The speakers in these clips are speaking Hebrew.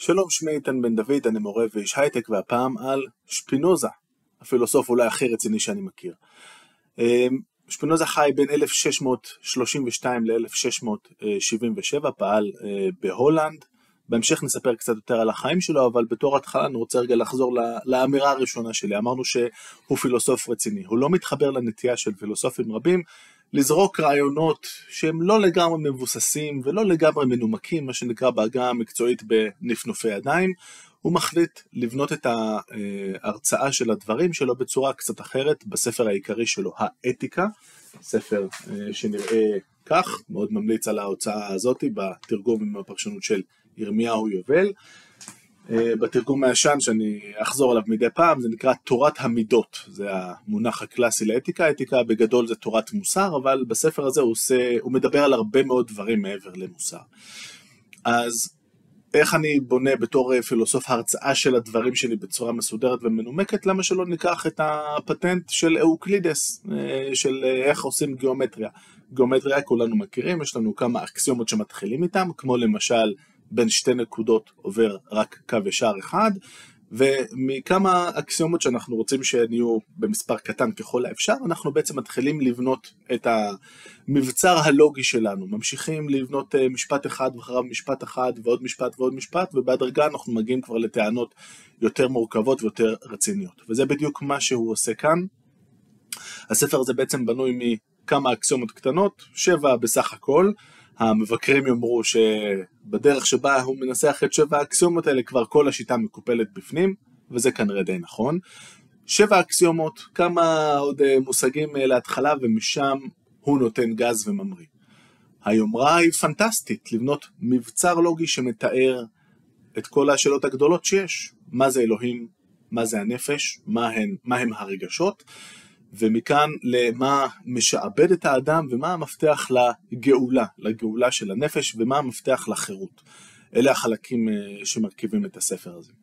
שלום, שמי איתן בן דוד, אני מורה ואיש הייטק, והפעם על שפינוזה, הפילוסוף אולי הכי רציני שאני מכיר. שפינוזה חי בין 1632 ל-1677, פעל בהולנד. בהמשך נספר קצת יותר על החיים שלו, אבל בתור התחלה אני רוצה רגע לחזור לאמירה הראשונה שלי. אמרנו שהוא פילוסוף רציני, הוא לא מתחבר לנטייה של פילוסופים רבים, לזרוק רעיונות שהם לא לגמרי מבוססים ולא לגמרי מנומקים, מה שנקרא בעגה המקצועית בנפנופי ידיים. הוא מחליט לבנות את ההרצאה של הדברים שלו בצורה קצת אחרת, בספר העיקרי שלו, האתיקה, ספר שנראה כך, מאוד ממליץ על ההוצאה הזאת, בתרגום עם הפרשנות של ירמיהו יובל. בתרגום הישן שאני אחזור עליו מדי פעם, זה נקרא תורת המידות, זה המונח הקלאסי לאתיקה. אתיקה בגדול זה תורת מוסר, אבל בספר הזה הוא מדבר על הרבה מאוד דברים מעבר למוסר. אז איך אני בונה בתור פילוסוף הרצאה של הדברים שלי בצורה מסודרת ומנומקת? למה שלא ניקח את הפטנט של אוקלידס, של איך עושים גיאומטריה. גיאומטריה כולנו מכירים, יש לנו כמה אקסיומות שמתחילים איתם, כמו למשל בין שתי נקודות עובר רק קו ישר אחד, ומכמה אקסיומות שאנחנו רוצים שהן יהיו במספר קטן ככל האפשר, אנחנו בעצם מתחילים לבנות את המבצר הלוגי שלנו, ממשיכים לבנות משפט אחד ואחריו משפט אחד ועוד משפט ועוד משפט, ובהדרגה אנחנו מגיעים כבר לטענות יותר מורכבות ויותר רציניות, וזה בדיוק מה שהוא עושה כאן. הספר הזה בעצם בנוי מכמה אקסיומות קטנות, 7 בסך הכל. המבקרים יאמרו שבדרך שבה הוא מנסח את 7 האקסיומות האלה כבר כל השיטה מקופלת בפנים, וזה כנראה די נכון. 7 אקסיומות, כמה עוד מושגים להתחלה, ומשם הוא נותן גז וממריא. היומרה היא פנטסטית, לבנות מבצר לוגי שמתאר את כל השאלות הגדולות שיש. מה זה אלוהים, מה זה הנפש, מה הם הרגשות, ומכאן למה משעבד את האדם, ומה המפתח לגאולה של הנפש, ומה המפתח לחירות. אלה החלקים שמרכיבים את הספר הזה.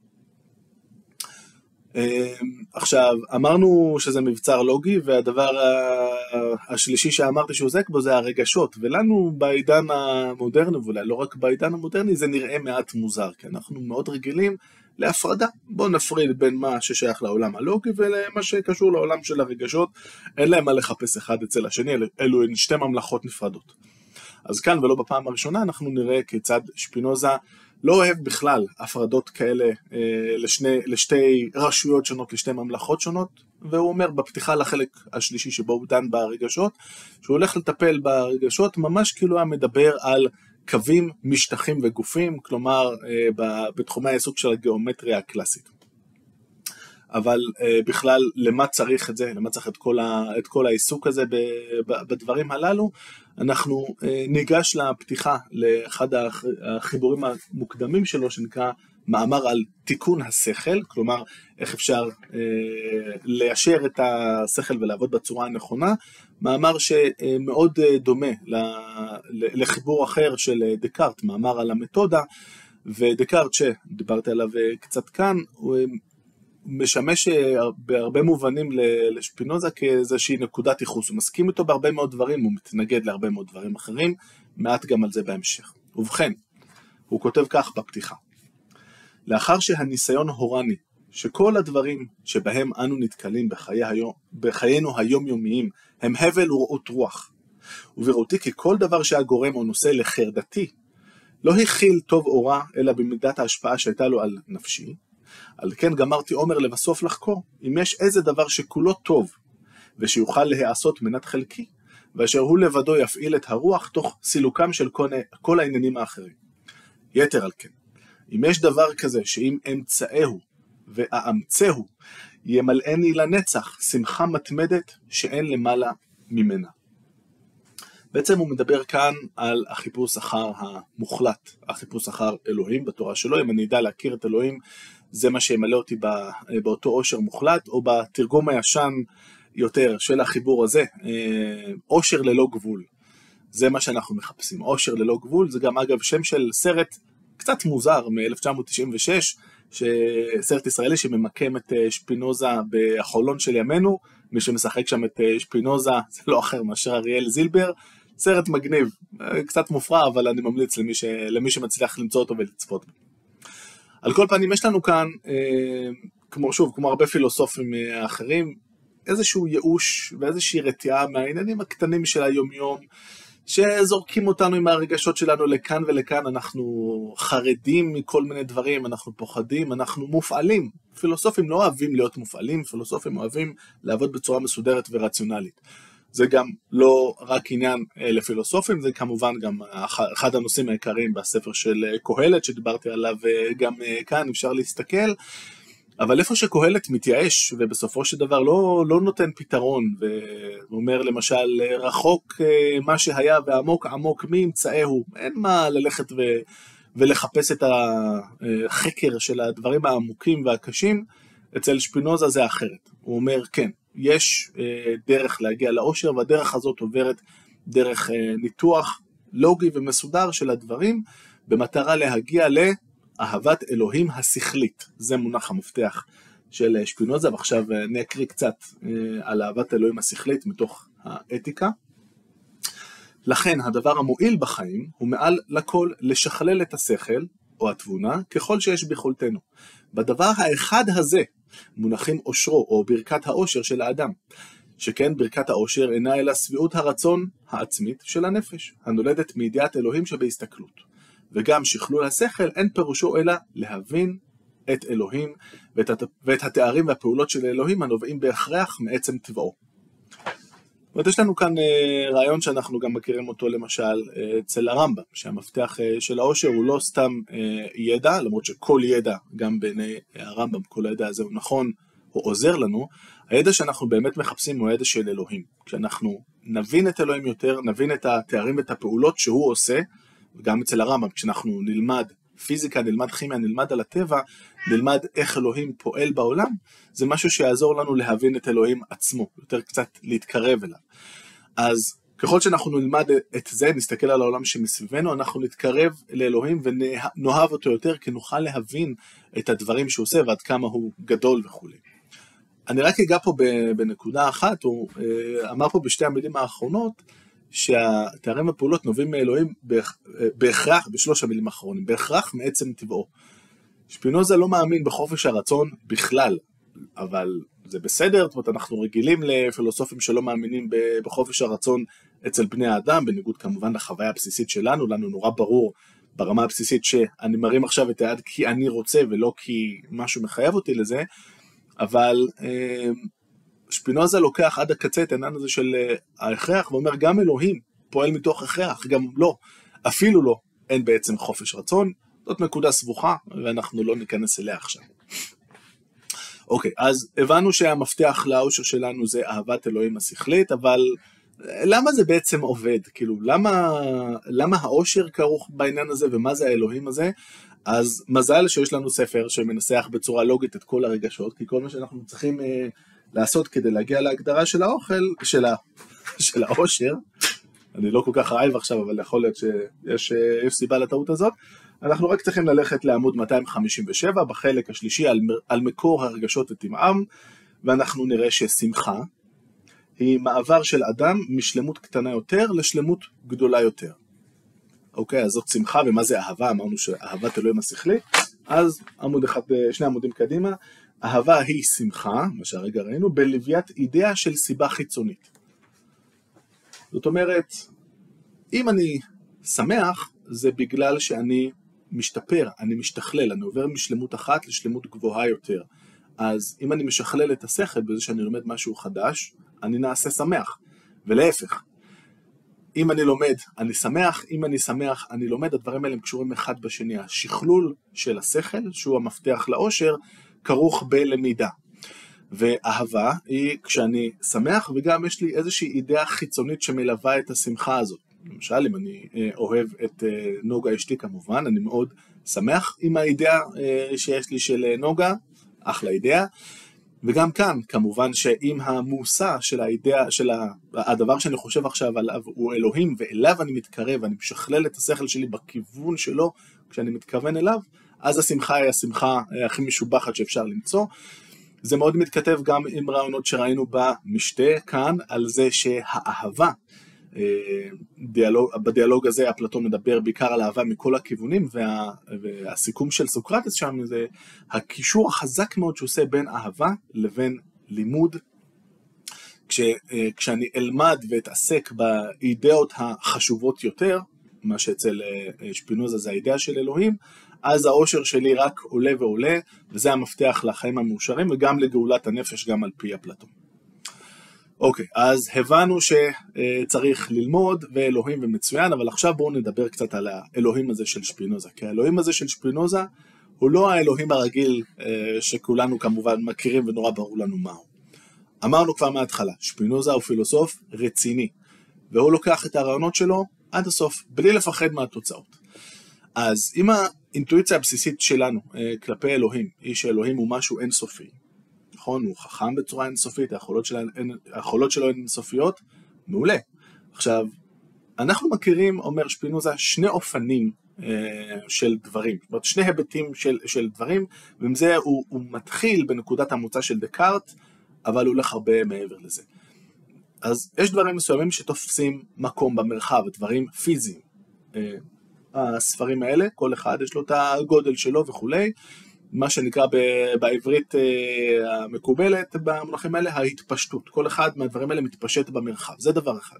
עכשיו, אמרנו שזה מבצר לוגי, והדבר השלישי שאמרתי שהוא עוסק בו זה הרגשות, ולנו בעידן המודרני, ואולי לא רק בעידן המודרני, זה נראה מעט מוזר, כי אנחנו מאוד רגילים להפרדה. בואו נפריד בין מה ששייך לעולם הלוגי ולמה שקשור לעולם של הרגשות. אין להם מה לחפש אחד אצל השני, אלו הן שתי ממלכות נפרדות. אז כאן ולא בפעם הראשונה אנחנו נראה כיצד שפינוזה לא אוהב בכלל הפרדות כאלה לשתי רשויות שונות, לשתי ממלכות שונות, והוא אומר בפתיחה לחלק השלישי שבו הוא דן ברגשות, שהוא הולך לטפל ברגשות ממש כאילו היה מדבר על קווים, משטחים וגופים, כלומר בתחומי העיסוק של הגיאומטריה הקלאסית. אבל בכלל למה צריך את זה, למה צריך את כל העיסוק הזה בדברים הללו? אנחנו ניגש לפתיחה לאחד החיבורים המוקדמים שלו, שנקרא מאמר על תיקון השכל, כלומר איך אפשר ליישר את השכל ולעבוד בצורה הנכונה. מאמר שמאוד דומה לחיבור אחר של דקארט, מאמר על המתודה, ודקארט שדיברתי עליו קצת כאן, הוא משמש בהרבה מובנים לשפינוזה כאיזושהי נקודת ייחוס. הוא מסכים איתו בהרבה מאוד דברים, הוא מתנגד להרבה מאוד דברים אחרים, מעט גם על זה בהמשך. ובכן, הוא כותב כך בפתיחה: לאחר שהניסיון הורני שכל הדברים שבהם אנו נתקלים בחיינו היומיומיים הם הבל ורעות רוח, ובראותי כי כל דבר שהגורם או נושא לחרדתי לא הכיל טוב או רע אלא במידת ההשפעה שהייתה לו על נפשי, על כן גמרתי אומר לבסוף לחקור אם יש איזה דבר שכולו טוב ושיוכל להיעשות מנת חלקי, ואשר הוא לבדו יפעיל את הרוח תוך סילוקם של כל העניינים האחרים. יתר על כן, אם יש דבר כזה שאם אמצאהו ואמצאהו ימלאני לנצח שמחה מתמדת שאין למעלה ממנה. בעצם הוא מדבר כאן על החיפוש אחר המוחלט, החיפוש אחר אלוהים בתורה שלו. אם אני אדע להכיר את אלוהים, זה מה שימלא אותי באותו עושר מוחלט, או בתרגום הישן יותר של החיבור הזה, עושר ללא גבול. זה מה שאנחנו מחפשים, עושר ללא גבול. זה גם אגב שם של סרט קצת מוזר מ-1996, סרט ישראלי שממקם את שפינוזה בחולון של ימינו. מי שמשחק שם את שפינוזה זה לא אחר מאשר אריאל זילבר. סרט מגניב, קצת מופרע, אבל אני ממליץ למי שמצליח למצוא אותו ולצפות בו. על כל פנים יש לנו כאן, כמו הרבה פילוסופים אחרים, איזשהו ייאוש ואיזושהי רתיעה מהעניינים הקטנים של היום-יום, שזורקים אותנו עם הרגשות שלנו לכאן ולכאן, אנחנו חרדים מכל מיני דברים, אנחנו פוחדים, אנחנו מופעלים. פילוסופים לא אוהבים להיות מופעלים, פילוסופים אוהבים לעבוד בצורה מסודרת ורציונלית. זה גם לא רק עניין לפילוסופים, זה כמובן גם אחד הנושאים העיקריים בספר של קהלת, שדיברתי עליו גם כאן, אפשר להסתכל, אבל איפה שקהלת מתייאש, ובסופו של דבר לא נותן פתרון, ואומר למשל, רחוק מה שהיה ועמוק עמוק מי ימצאהו, אין מה ללכת ולחפש את החקר של הדברים העמוקים והקשים, אצל שפינוזה זה אחרת. הוא אומר, כן, יש דרך להגיע לאושר, והדרך הזאת עוברת דרך ניתוח לוגי ומסודר של הדברים, במטרה להגיע לאהבת אלוהים השכלית. זה מונח המפתח של שפינוזה, ועכשיו נקריא קצת על אהבת אלוהים השכלית מתוך האתיקה. לכן הדבר המועיל בחיים הוא מעל לכל לשכלל את השכל או התבונה ככל שיש ביכולתנו. בדבר האחד הזה מונחים אושרו או ברכת האושר של האדם, שכן ברכת האושר אינה אלא שביעות הרצון העצמית של הנפש, הנולדת מידיעת אלוהים שבהסתכלות. וגם שכלול השכל אין פירושו אלא להבין את אלוהים ואת התארים והפעולות של אלוהים הנובעים בהכרח מעצם טבעו. יש לנו כאן רעיון שאנחנו גם מכירים אותו למשל אצל הרמב"ם, שהמפתח של האושר הוא לא סתם ידע, למרות שכל ידע, גם בעיני הרמב"ם, כל הידע הזה הוא נכון, הוא עוזר לנו, הידע שאנחנו באמת מחפשים הוא הידע של אלוהים. כשאנחנו נבין את אלוהים יותר, נבין את התארים ואת הפעולות שהוא עושה, וגם אצל הרמב"ם, כשאנחנו נלמד פיזיקה, נלמד כימיה, נלמד על הטבע, נלמד איך אלוהים פועל בעולם, זה משהו שיעזור לנו להבין את אלוהים עצמו, יותר קצת להתקרב אליו. אז ככל שאנחנו נלמד את זה, נסתכל על העולם שמסביבנו, אנחנו נתקרב לאלוהים ונאהב אותו יותר, כי נוכל להבין את הדברים שהוא עושה ועד כמה הוא גדול וכו'. אני רק אגע פה בנקודה אחת, הוא אמר פה בשתי המילים האחרונות, שהתארים והפעולות נובעים מאלוהים בהכרח, בשלוש המילים האחרונים, בהכרח מעצם טבעו. שפינוזה לא מאמין בחופש הרצון בכלל, אבל זה בסדר, זאת אומרת, אנחנו רגילים לפילוסופים שלא מאמינים בחופש הרצון אצל בני האדם, בניגוד כמובן לחוויה הבסיסית שלנו, לנו נורא ברור ברמה הבסיסית שאני מרים עכשיו את היד כי אני רוצה ולא כי משהו מחייב אותי לזה, אבל שפינוזה לוקח עד הקצה את העניין הזה של ההכרח, ואומר גם אלוהים פועל מתוך הכרח, גם לא, אפילו לא, אין בעצם חופש רצון, זאת נקודה סבוכה, ואנחנו לא ניכנס אליה עכשיו. אוקיי, אז הבנו שהמפתח לאושר שלנו זה אהבת אלוהים השכלית, אבל למה זה בעצם עובד? כאילו, למה האושר כרוך בעניין הזה, ומה זה האלוהים הזה? אז מזל שיש לנו ספר שמנסח בצורה לוגית את כל הרגשות, כי כל מה שאנחנו צריכים לעשות כדי להגיע להגדרה של האוכל, של האושר, אני לא כל כך רעב עכשיו, אבל יכול להיות שיש סיבה לטעות הזאת, אנחנו רק צריכים ללכת לעמוד 257, בחלק השלישי על מקור הרגשות וטמאם, ואנחנו נראה ששמחה היא מעבר של אדם משלמות קטנה יותר לשלמות גדולה יותר. אוקיי, אז זאת שמחה, ומה זה אהבה? אמרנו שאהבת אלוהים השכלי, אז שני עמודים קדימה, אהבה היא שמחה, מה שהרגע ראינו, בלוויית אידאה של סיבה חיצונית. זאת אומרת, אם אני שמח, זה בגלל שאני משתפר, אני משתכלל, אני עובר משלמות אחת לשלמות גבוהה יותר. אז אם אני משכלל את השכל בזה שאני לומד משהו חדש, אני נעשה שמח, ולהפך. אם אני לומד, אני שמח, אם אני שמח, אני לומד, הדברים האלה הם קשורים אחד בשני. השכלול של השכל, שהוא המפתח לאושר, כרוך בלמידה. ואהבה היא כשאני שמח, וגם יש לי איזושהי אידאה חיצונית שמלווה את השמחה הזאת. למשל, אם אני אוהב את נוגה אשתי כמובן, אני מאוד שמח עם האידאה שיש לי של נוגה, אחלה אידאה. וגם כאן, כמובן שאם המושא של האידאה, הדבר שאני חושב עכשיו עליו הוא אלוהים, ואליו אני מתקרב, ואני משכלל את השכל שלי בכיוון שלו, כשאני מתכוון אליו, אז השמחה היא השמחה הכי משובחת שאפשר למצוא. זה מאוד מתכתב גם עם רעיונות שראינו במשתה כאן, על זה שהאהבה בדיאלוג הזה אפלטון מדבר בעיקר על אהבה מכל הכיוונים, והסיכום של סוקרטס שם זה הקישור החזק מאוד שהוא עושה בין אהבה לבין לימוד. כשאני אלמד ואתעסק באידאות החשובות יותר, מה שאצל שפינוזה זה האידאה של אלוהים, אז האושר שלי רק עולה ועולה, וזה המפתח לחיים המאושרים וגם לגאולת הנפש גם על פי אפלטון. אוקיי, אז הבנו שצריך ללמוד ואלוהים ומצוין, אבל עכשיו בואו נדבר קצת על האלוהים הזה של שפינוזה, כי האלוהים הזה של שפינוזה הוא לא האלוהים הרגיל שכולנו כמובן מכירים ונורא ברור לנו מהו. אמרנו כבר מההתחלה, שפינוזה הוא פילוסוף רציני, והוא לוקח את הרעיונות שלו עד הסוף, בלי לפחד מהתוצאות. אז אם האינטואיציה הבסיסית שלנו כלפי אלוהים, היא שאלוהים הוא משהו אינסופי, נכון? הוא חכם בצורה אינסופית, היכולות שלו אינסופיות, מעולה. עכשיו, אנחנו מכירים, אומר שפינוזה, שני אופנים של דברים, זאת אומרת, שני היבטים של דברים, ועם זה הוא מתחיל בנקודת המוצא של דקארט, אבל הוא הולך הרבה מעבר לזה. אז יש דברים מסוימים שתופסים מקום במרחב, דברים פיזיים. הספרים האלה, כל אחד יש לו את הגודל שלו וכולי, מה שנקרא בעברית המקובלת במונחים האלה, ההתפשטות. כל אחד מהדברים האלה מתפשט במרחב, זה דבר אחד.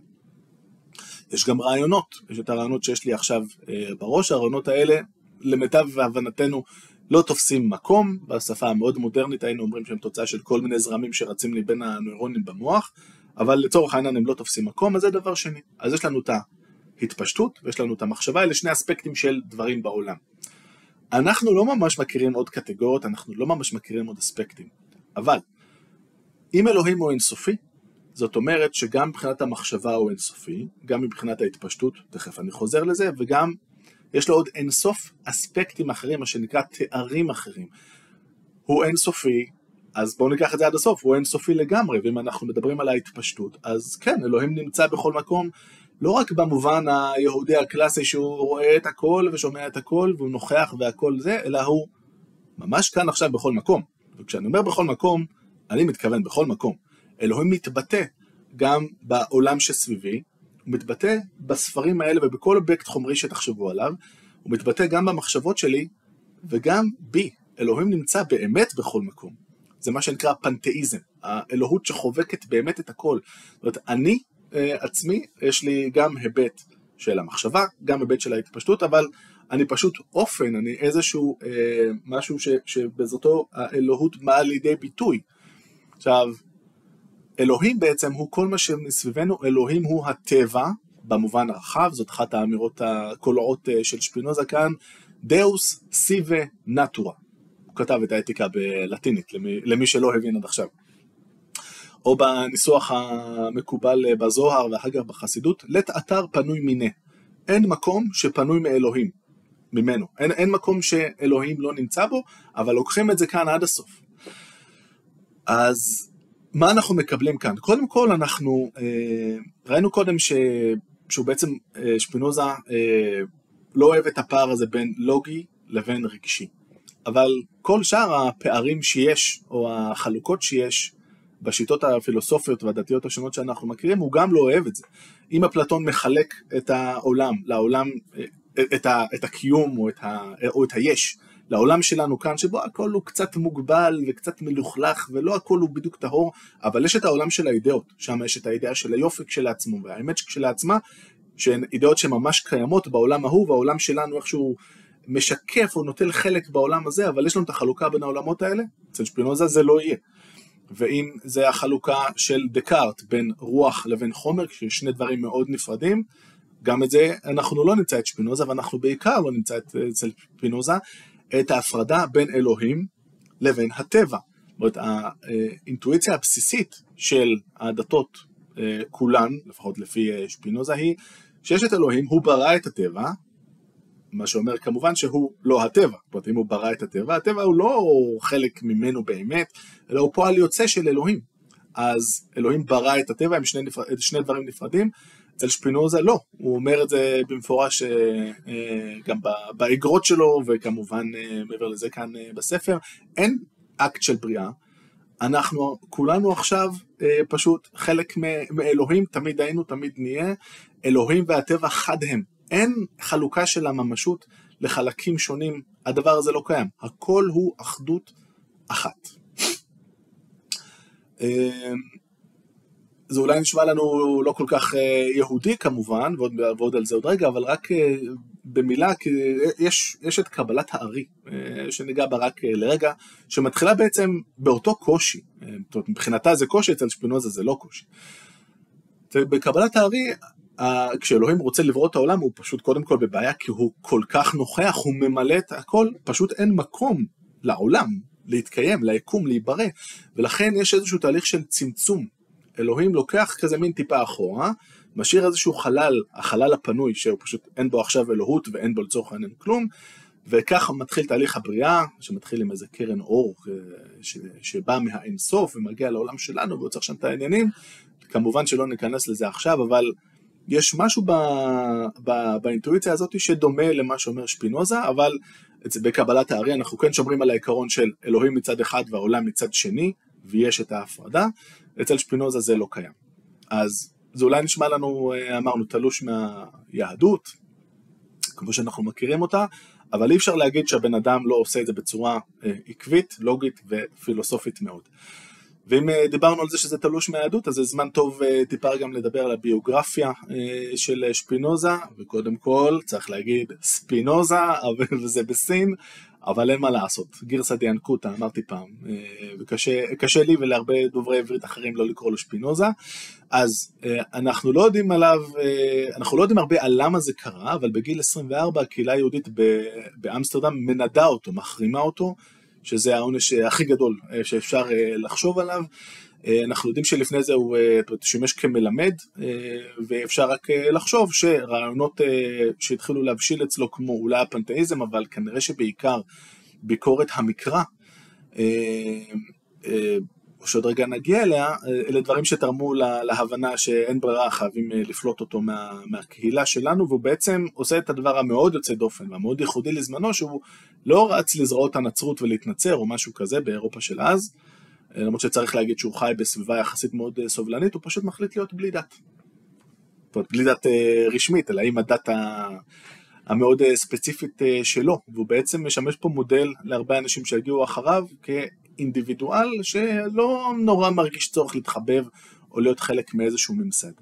יש גם רעיונות, יש את הרעיונות שיש לי עכשיו בראש, הרעיונות האלה, למיטב והבנתנו, לא תופסים מקום, בשפה המאוד מודרנית היינו אומרים שהם תוצאה של כל מיני זרמים שרצים לי בין הנוירונים במוח, אבל לצורך העניין הם לא תופסים מקום, אז זה דבר שני. אז יש לנו את ההתפשטות, ויש לנו את המחשבה, אלה שני אספקטים של דברים בעולם. אנחנו לא ממש מכירים עוד קטגוריות, אנחנו לא ממש מכירים עוד אספקטים, אבל אם אלוהים הוא אינסופי, זאת אומרת שגם מבחינת המחשבה הוא אינסופי, גם מבחינת ההתפשטות, תכף אני חוזר לזה, וגם יש לו עוד אינסוף אספקטים אחרים, מה שנקרא תארים אחרים. הוא אינסופי, אז בואו ניקח את זה עד הסוף, הוא אינסופי לגמרי, ואם אנחנו מדברים על ההתפשטות, אז כן, אלוהים נמצא בכל מקום, לא רק במובן היהודי הקלאסי שהוא רואה את הכל ושומע את הכל, והוא נוכח והכל זה, אלא הוא ממש כאן עכשיו בכל מקום. וכשאני אומר בכל מקום, אני מתכוון בכל מקום. אלוהים מתבטא גם בעולם שסביבי, הוא מתבטא בספרים האלה ובכל אובייקט חומרי שתחשבו עליו, הוא מתבטא גם במחשבות שלי וגם בי. אלוהים נמצא באמת בכל מקום. זה מה שנקרא פנתאיזם, האלוהות שחובקת באמת את הכל. זאת אומרת, אני עצמי, יש לי גם היבט של המחשבה, גם היבט של ההתפשטות, אבל אני פשוט אופן, אני איזשהו משהו שבזאתו האלוהות באה לידי ביטוי. עכשיו, אלוהים בעצם הוא כל מה שמסביבנו, אלוהים הוא הטבע, במובן הרחב, זאת אחת האמירות הקולעות של שפינוזה כאן, דאוס סיבה נטורה. הוא כתב את האתיקה בלטינית, למי שלא הבין עד עכשיו. או בניסוח המקובל בזוהר ואחר כך בחסידות, לת אתר פנוי מיני. אין מקום שפנוי מאלוהים, ממנו. אין מקום שאלוהים לא נמצא בו, אבל לוקחים את זה כאן עד הסוף. אז מה אנחנו מקבלים כאן? קודם כל אנחנו ראינו קודם שהוא בעצם שפינוזה לא אוהב את הפער הזה בין לוגי לבין רגשי. אבל כל שאר הפערים שיש, או החלוקות שיש, בשיטות הפילוסופיות והדתיות השונות שאנחנו מכירים, הוא גם לא אוהב את זה. אם אפלטון מחלק את העולם, לעולם, את הקיום או את היש, לעולם שלנו כאן, שבו הכל הוא קצת מוגבל וקצת מלוכלך, ולא הכל הוא בדיוק טהור, אבל יש את העולם של האידאות, שם יש את האידאה של היופי כשלעצמו, והאמת כשלעצמה, שהן אידאות שממש קיימות בעולם ההוא, והעולם שלנו איכשהו משקף או נוטל חלק בעולם הזה, אבל יש לנו את החלוקה בין העולמות האלה, אצל שפינוזה זה לא יהיה. ואם זה החלוקה של דקארט בין רוח לבין חומר, כששני דברים מאוד נפרדים, גם את זה אנחנו לא נמצא את שפינוזה, ואנחנו בעיקר לא נמצא אצל שפינוזה, את ההפרדה בין אלוהים לבין הטבע. זאת אומרת, האינטואיציה הבסיסית של הדתות כולן, לפחות לפי שפינוזה, היא שיש את אלוהים, הוא ברא את הטבע, מה שאומר כמובן שהוא לא הטבע. זאת אומרת, אם הוא ברא את הטבע, הטבע הוא לא חלק ממנו באמת, אלא הוא פועל יוצא של אלוהים. אז אלוהים ברא את הטבע עם שני דברים נפרדים, אצל שפינוזה לא, הוא אומר את זה במפורש גם באגרות שלו, וכמובן מעבר לזה כאן בספר, אין אקט של בריאה, אנחנו כולנו עכשיו פשוט חלק מאלוהים, תמיד היינו, תמיד נהיה, אלוהים והטבע חד הם, אין חלוקה של הממשות לחלקים שונים, הדבר הזה לא קיים, הכל הוא אחדות אחת. זה אולי נשמע לנו לא כל כך יהודי כמובן, ועוד על זה עוד רגע, אבל רק במילה, כי יש את קבלת הארי, שניגע בה רק לרגע, שמתחילה בעצם באותו קושי, מבחינתה זה קושי, אצל שפינוזה זה לא קושי. בקבלת הארי, כשאלוהים רוצה לברוא את העולם, הוא פשוט קודם כל בבעיה, כי הוא כל כך נוכח, הוא ממלא את הכל, פשוט אין מקום לעולם, להתקיים, ליקום, להיברא, ולכן יש איזשהו תהליך של צמצום, אלוהים לוקח כזה מין טיפה אחורה, משאיר איזשהו חלל, החלל הפנוי, שהוא פשוט אין בו עכשיו אלוהות, ואין בו לצורך העניין כלום, וכך מתחיל תהליך הבריאה, שמתחיל עם איזה קרן אור, שבא מהאינסוף, ומגיע לעולם שלנו, והוא צריך שם את העניינים, כמובן שלא ניכנס לזה עכשיו, אבל יש משהו באינטואיציה הזאת, שדומה למה שאומר שפינוזה, אבל בקבלת הארי, אנחנו כן שומרים על העיקרון של אלוהים מצד אחד, והעולם מצד שני, ויש את ההפרדה, אצל שפינוזה זה לא קיים. אז זה אולי נשמע לנו, אמרנו, תלוש מהיהדות, כמו שאנחנו מכירים אותה, אבל אי אפשר להגיד שהבן אדם לא עושה את זה בצורה עקבית, לוגית ופילוסופית מאוד. ואם דיברנו על זה שזה תלוש מהיהדות, אז זה זמן טוב טיפה גם לדבר על הביוגרפיה של שפינוזה, וקודם כל צריך להגיד ספינוזה, וזה בסין, אבל אין מה לעשות, גירסא דיאנקותא, אמרתי פעם, וקשה לי ולהרבה דוברי עברית אחרים לא לקרוא לו שפינוזה, אז אנחנו לא יודעים עליו, אנחנו לא יודעים הרבה על למה זה קרה, אבל בגיל 24 הקהילה היהודית באמסטרדם מנדה אותו, מחרימה אותו, שזה העונש הכי גדול שאפשר לחשוב עליו. אנחנו יודעים שלפני זה הוא שימש כמלמד, ואפשר רק לחשוב שרעיונות שהתחילו להבשיל אצלו כמו אולי הפנתאיזם, אבל כנראה שבעיקר ביקורת המקרא, שעוד רגע נגיע אליה, אלה דברים שתרמו להבנה שאין ברירה, חייבים לפלוט אותו מהקהילה שלנו, והוא בעצם עושה את הדבר המאוד יוצא דופן, והמאוד ייחודי לזמנו, שהוא לא רץ לזרועות הנצרות ולהתנצר, או משהו כזה באירופה של אז, למרות שצריך להגיד שהוא חי בסביבה יחסית מאוד סובלנית, הוא פשוט מחליט להיות בלי דת. בלי דת רשמית, אלא עם הדת המאוד ספציפית שלו, והוא בעצם משמש פה מודל להרבה אנשים שהגיעו אחריו, כאינדיבידואל שלא נורא מרגיש צורך להתחבב, או להיות חלק מאיזשהו ממסד.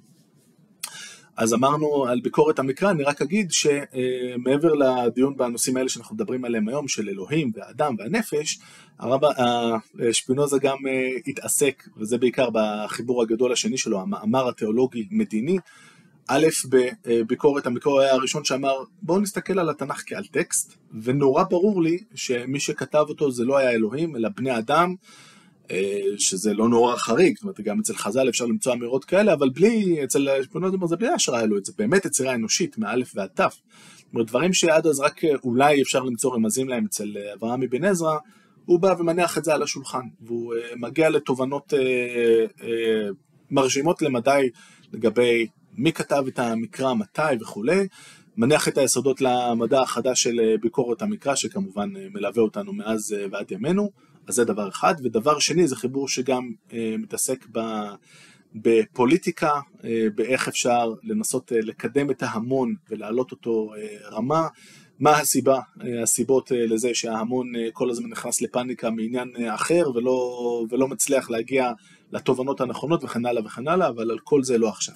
אז אמרנו על ביקורת המקרא, אני רק אגיד שמעבר לדיון בנושאים האלה שאנחנו מדברים עליהם היום, של אלוהים והאדם והנפש, שפינוזה גם התעסק, וזה בעיקר בחיבור הגדול השני שלו, המאמר התיאולוגי מדיני, א' בביקורת המקרא היה הראשון שאמר, בואו נסתכל על התנ"ך כעל טקסט, ונורא ברור לי שמי שכתב אותו זה לא היה אלוהים, אלא בני אדם, שזה לא נורא חריג, זאת אומרת, גם אצל חז"ל אפשר למצוא אמירות כאלה, אבל בלי, אצל שפינוזה זה בלי השראה אלוהית, זה באמת יצירה אנושית, מאלף ועד תף. זאת אומרת, דברים שעד אז רק אולי אפשר למצוא רמזים להם אצל אברהם אבן עזרא, הוא בא ומניח את זה על השולחן, והוא מגיע לתובנות מרשימות למדי, לגבי מי כתב את המקרא, מתי וכו', מניח את היסודות למדע החדש של ביקורת המקרא, שכמובן מלווה אותנו מאז ועד ימינו, אז זה דבר אחד, ודבר שני זה חיבור שגם מתעסק בפוליטיקה, באיך אפשר לנסות לקדם את ההמון ולהעלות אותו רמה, מה הסיבות לזה שההמון כל הזמן נכנס לפאניקה מעניין אחר ולא מצליח להגיע לתובנות הנכונות וכן הלאה וכן הלאה, אבל על כל זה לא עכשיו.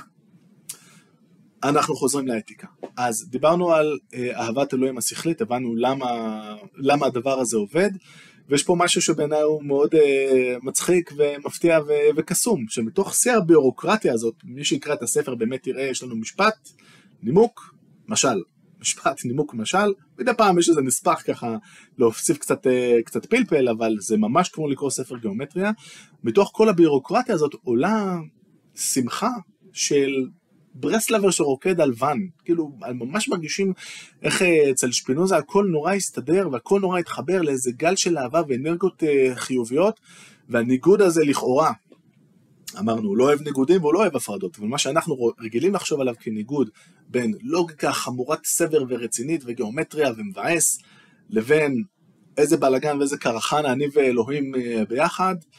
אנחנו חוזרים לאתיקה. אז דיברנו על אהבת אלוהים השכלית, הבנו למה הדבר הזה עובד, ויש פה משהו שבעיניי הוא מאוד מצחיק ומפתיע וקסום, שמתוך שיא הביורוקרטיה הזאת, מי שיקרא את הספר באמת יראה, יש לנו משפט, נימוק, משל. משפט, נימוק, משל, מדי פעם יש איזה נספח ככה, להוסיף קצת פלפל, אבל זה ממש כמו לקרוא ספר גיאומטריה. מתוך כל הביורוקרטיה הזאת עולה שמחה של ברסלבר שרוקד על ון, כאילו ממש מרגישים איך אצל שפינוזה הכל נורא הסתדר והכל נורא התחבר לאיזה גל של אהבה ואנרגיות חיוביות, והניגוד הזה לכאורה, אמרנו, הוא לא אוהב ניגודים והוא לא אוהב הפרדות, אבל מה שאנחנו רגילים לחשוב עליו כניגוד בין לוגיקה חמורת סבר ורצינית וגיאומטריה ומבאס, לבין איזה בלגן ואיזה קרחנה אני ואלוהים ביחד,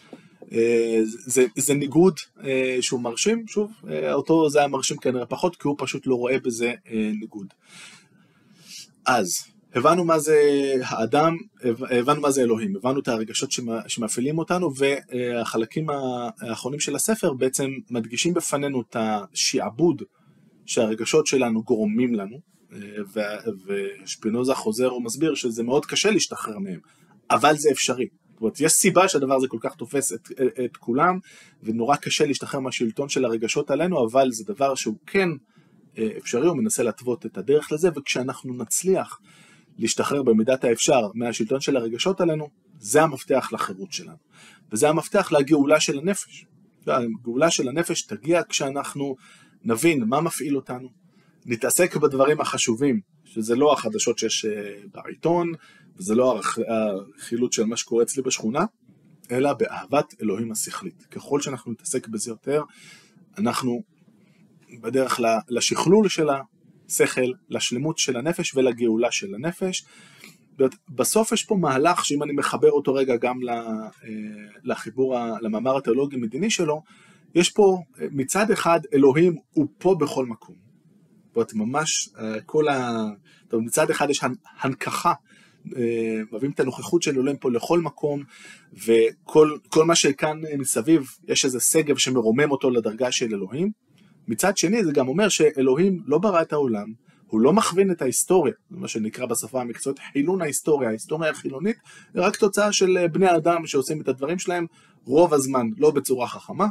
זה ניגוד שהוא מרשים, שוב, אותו זה היה מרשים כנראה פחות, כי הוא פשוט לא רואה בזה ניגוד. אז הבנו מה זה האדם, הבנו מה זה אלוהים, הבנו את הרגשות שמאפילים אותנו, והחלקים האחרונים של הספר בעצם מדגישים בפנינו את השעבוד שהרגשות שלנו גורמים לנו, ושפינוזה חוזר ומסביר שזה מאוד קשה להשתחרר מהם, אבל זה אפשרי. זאת אומרת, יש סיבה שהדבר הזה כל כך תופס את כולם, ונורא קשה להשתחרר מהשלטון של הרגשות עלינו, אבל זה דבר שהוא כן אפשרי, הוא מנסה להתוות את הדרך לזה, וכשאנחנו נצליח להשתחרר במידת האפשר מהשלטון של הרגשות עלינו, זה המפתח לחירות שלנו. וזה המפתח לגאולה של הנפש. הגאולה של הנפש תגיע כשאנחנו נבין מה מפעיל אותנו, נתעסק בדברים החשובים, שזה לא החדשות שיש בעיתון, וזה לא החילוט של מה שקורה אצלי בשכונה, אלא באהבת אלוהים השכלית. ככל שאנחנו נתעסק בזה יותר, אנחנו בדרך לשכלול של השכל, לשלמות של הנפש ולגאולה של הנפש. בסוף יש פה מהלך שאם אני מחבר אותו רגע גם לחיבור, למאמר התיאולוגי מדיני שלו, יש פה מצד אחד אלוהים הוא פה בכל מקום. ממש מצד אחד יש הנכחה, מביאים את הנוכחות של אלוהים פה לכל מקום, וכל מה שכאן מסביב יש איזה סגב שמרומם אותו לדרגה של אלוהים. מצד שני זה גם אומר שאלוהים לא ברא את העולם, הוא לא מכווין את ההיסטוריה, זה מה שנקרא בשפה המקצועית חילון ההיסטוריה, ההיסטוריה החילונית, זה רק תוצאה של בני אדם שעושים את הדברים שלהם רוב הזמן, לא בצורה חכמה.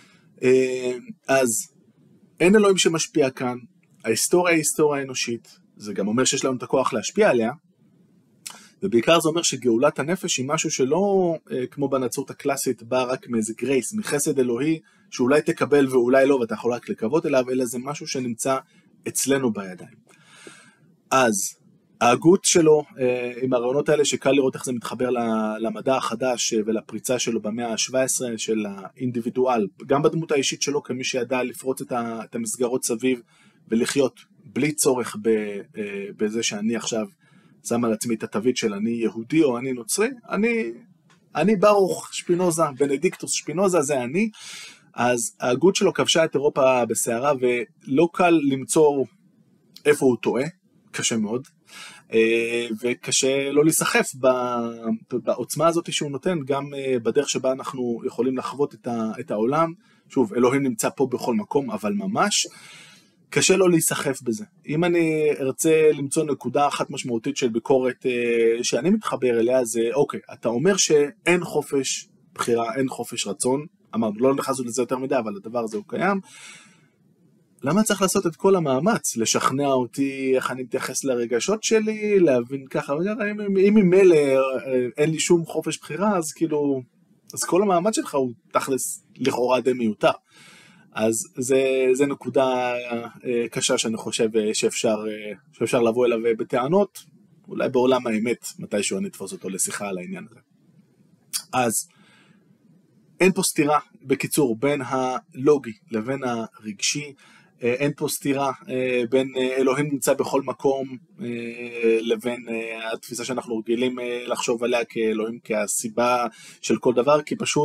אז אין אלוהים שמשפיע כאן, ההיסטוריה היא היסטוריה אנושית, זה גם אומר שיש לנו את הכוח להשפיע עליה, ובעיקר זה אומר שגאולת הנפש היא משהו שלא כמו בנצרות הקלאסית בא רק מאיזה גרייס, מחסד אלוהי שאולי תקבל ואולי לא ואתה יכול רק לקוות אליו, אלא זה משהו שנמצא אצלנו בידיים. אז ההגות שלו עם הרעיונות האלה שקל לראות איך זה מתחבר למדע החדש ולפריצה שלו במאה ה-17 של האינדיבידואל, גם בדמות האישית שלו כמי שידע לפרוץ את המסגרות סביב ולחיות בלי צורך בזה שאני עכשיו שם על עצמי את התווית של אני יהודי או אני נוצרי, אני ברוך שפינוזה, בנדיקטוס שפינוזה, זה אני. אז ההגות שלו כבשה את אירופה בסערה, ולא קל למצוא איפה הוא טועה, קשה מאוד, וקשה לא להיסחף בעוצמה הזאת שהוא נותן, גם בדרך שבה אנחנו יכולים לחוות את העולם. שוב, אלוהים נמצא פה בכל מקום, אבל ממש קשה לא להיסחף בזה. אם אני ארצה למצוא נקודה אחת משמעותית של ביקורת שאני מתחבר אליה, זה אוקיי, אתה אומר שאין חופש בחירה, אין חופש רצון, אמרנו, לא נכנסו לזה יותר מדי, אבל הדבר הזה הוא קיים. למה צריך לעשות את כל המאמץ? לשכנע אותי איך אני מתייחס לרגשות שלי, להבין ככה, אם ממילא אין לי שום חופש בחירה, אז כאילו, אז כל המאמץ שלך הוא תכלס לכאורה די מיותר. אז זה נקודה קשה שאני חושב שאפשר לבוא אליו בטענות, אולי בעולם האמת, מתישהו אני אתפוס אותו לשיחה על העניין הזה. אז אין פה סתירה, בקיצור, בין הלוגי לבין הרגשי, אין פה סתירה בין אלוהים נמצא בכל מקום, לבין התפיסה שאנחנו רגילים לחשוב עליה כאלוהים כהסיבה של כל דבר,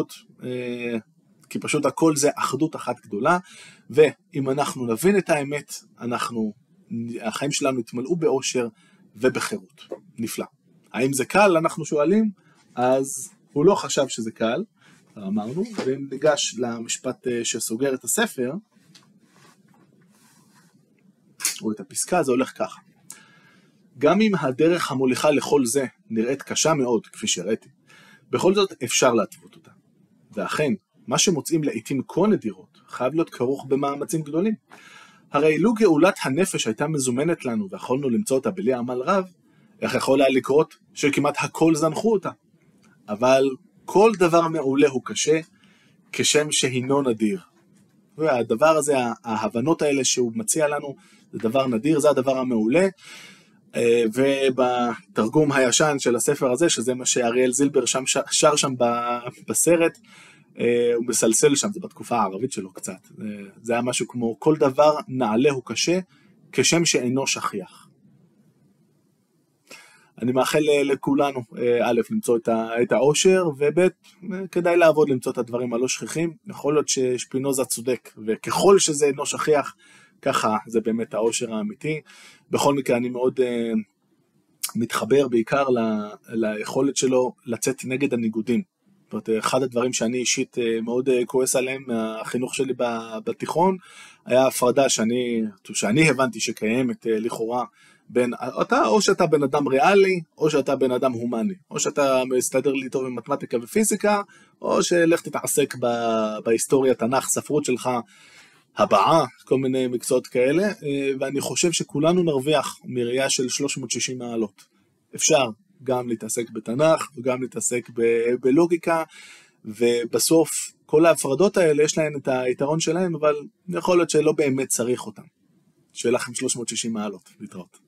כי פשוט הכל זה אחדות אחת גדולה, ואם אנחנו נבין את האמת, החיים שלנו יתמלאו באושר ובחירות. נפלא. האם זה קל? אנחנו שואלים, אז הוא לא חשב שזה קל, אמרנו, ואם ניגש למשפט שסוגר את הספר, או את הפסקה, זה הולך ככה. גם אם הדרך המוליכה לכל זה נראית קשה מאוד, כפי שהראיתי, בכל זאת אפשר להתוות אותה. ואכן, מה שמוצאים לעתים כה נדירות, חייב להיות כרוך במאמצים גדולים. הרי לו גאולת הנפש הייתה מזומנת לנו, ויכולנו למצוא אותה בלי עמל רב, איך יכול היה לקרות שכמעט הכל זנחו אותה. אבל כל דבר מעולה הוא קשה, כשם שהינו נדיר. והדבר הזה, ההבנות האלה שהוא מציע לנו, זה דבר נדיר, זה הדבר המעולה, ובתרגום הישן של הספר הזה, שזה מה שאריאל זילבר שר שם בסרט, הוא מסלסל שם, זה בתקופה הערבית שלו קצת, זה היה משהו כמו, כל דבר נעלה הוא קשה, כשם שאינו שכיח. אני מאחל לכולנו, א', למצוא את האושר, וב', כדאי לעבוד למצוא את הדברים הלא שכיחים. יכול להיות ששפינוזה צודק, וככל שזה אינו שכיח, ככה זה באמת האושר האמיתי. בכל מקרה אני מאוד מתחבר בעיקר ליכולת שלו לצאת נגד הניגודים. זאת אומרת, אחד הדברים שאני אישית מאוד כועס עליהם מהחינוך שלי בתיכון, היה הפרדה שאני הבנתי שקיימת לכאורה, בין, או שאתה בן אדם ריאלי, או שאתה בן אדם הומני, או שאתה מסתדר לי טוב עם מתמטיקה ופיזיקה, או שלך תתעסק בהיסטוריה, תנ"ך, ספרות שלך, הבאה, כל מיני מקצועות כאלה, ואני חושב שכולנו נרוויח מראייה של 360 מעלות. אפשר גם להתעסק בתנ"ך, וגם להתעסק בלוגיקה, ובסוף כל ההפרדות האלה יש להן את היתרון שלהם, אבל יכול להיות שלא באמת צריך אותם. שיהיה לכם 360 מעלות, להתראות.